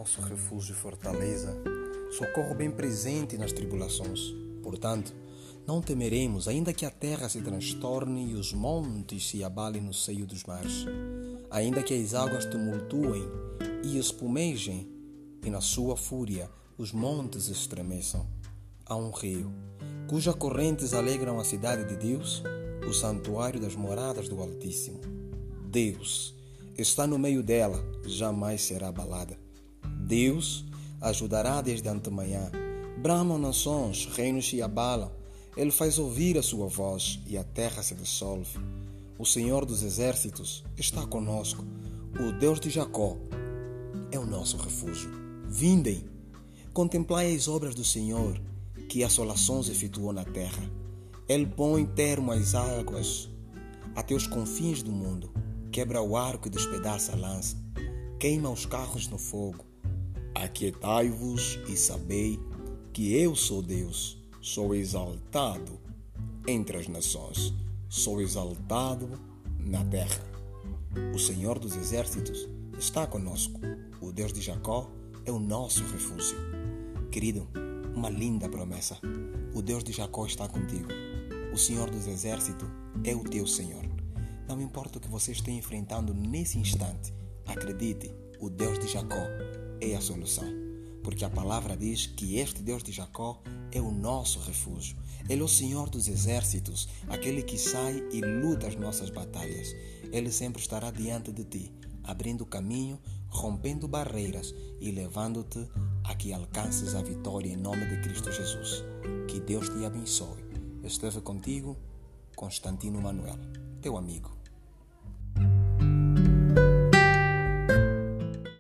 nosso refúgio e fortaleza, socorro bem presente nas tribulações. Portanto, não temeremos, ainda que a terra se transtorne e os montes se abalem no seio dos mares, ainda que as águas tumultuem e espumejem, e na sua fúria os montes estremeçam. Há um rio, cujas correntes alegram a cidade de Deus, o santuário das moradas do Altíssimo. Deus está no meio dela, jamais será abalada. Deus ajudará desde antemanhã. Bramam nações, reinos se abalam. Ele faz ouvir a sua voz e a terra se dissolve. O Senhor dos exércitos está conosco. O Deus de Jacó é o nosso refúgio. Vindem, contemplai as obras do Senhor, que assolações efetuou na terra. Ele põe termo às águas até os confins do mundo. Quebra o arco e despedaça a lança. Queima os carros no fogo. Aquietai-vos e sabei que eu sou Deus. Sou exaltado entre as nações. Sou exaltado na terra. O Senhor dos exércitos está conosco. O Deus de Jacó é o nosso refúgio. Querido, uma linda promessa. O Deus de Jacó está contigo. O Senhor dos exércitos é o teu Senhor. Não importa o que você esteja enfrentando nesse instante, acredite, o Deus de Jacó é a solução. Porque a palavra diz que este Deus de Jacó é o nosso refúgio. Ele é o Senhor dos exércitos, aquele que sai e luta as nossas batalhas. Ele sempre estará diante de ti, abrindo caminho, rompendo barreiras e levando-te a que alcances a vitória em nome de Cristo Jesus. Que Deus te abençoe. Esteve contigo, Constantino Manuel, teu amigo.